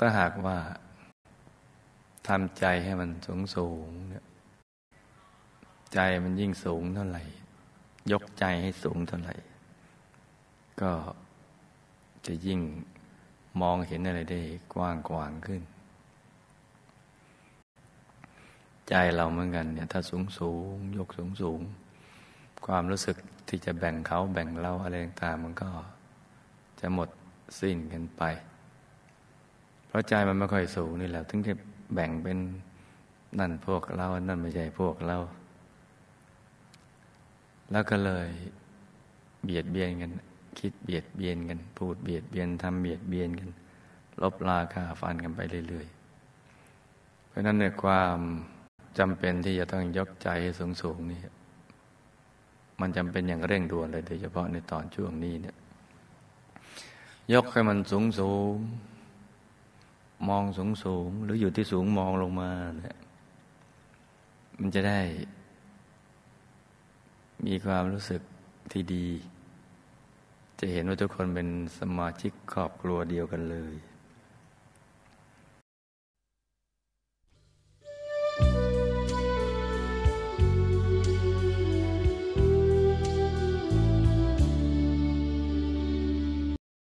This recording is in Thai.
ถ้าหากว่าทำใจให้มันสูงเนี่ยใจมันยิ่งสูงเท่าไหร่ยกใจให้สูงเท่าไหร่ก็จะยิ่งมองเห็นอะไรได้กว้างขวางขึ้นใจเราเหมือนกันเนี่ยถ้าสูงยกสูงความรู้สึกที่จะแบ่งเขาแบ่งเราอะไรต่างๆมันก็จะหมดสิ้นกันไปเพราะใจมันไม่ค่อยสูงนี่แหละถึงจะแบ่งเป็นนั่นพวกเรานั่นไม่ใช่พวกเราแล้วก็เลยเบียดเบียนกันคิดเบียดเบียนกันพูดเบียดเบียนทำเบียดเบียนกันลบราฆ่าฟันกันไปเรื่อยๆเพราะนั้นในความจำเป็นที่จะต้องยกใจให้สูงนี่มันจำเป็นอย่างเร่งด่วนเลยโดยเฉพาะในตอนช่วงนี้เนี่ยยกให้มันสูงมองสูงหรืออยู่ที่สูงมองลงมาเนี่ยมันจะได้มีความรู้สึกที่ดีจะเห็นว่าทุกคนเป็นสมาชิกครอบครัวเดียวกันเลย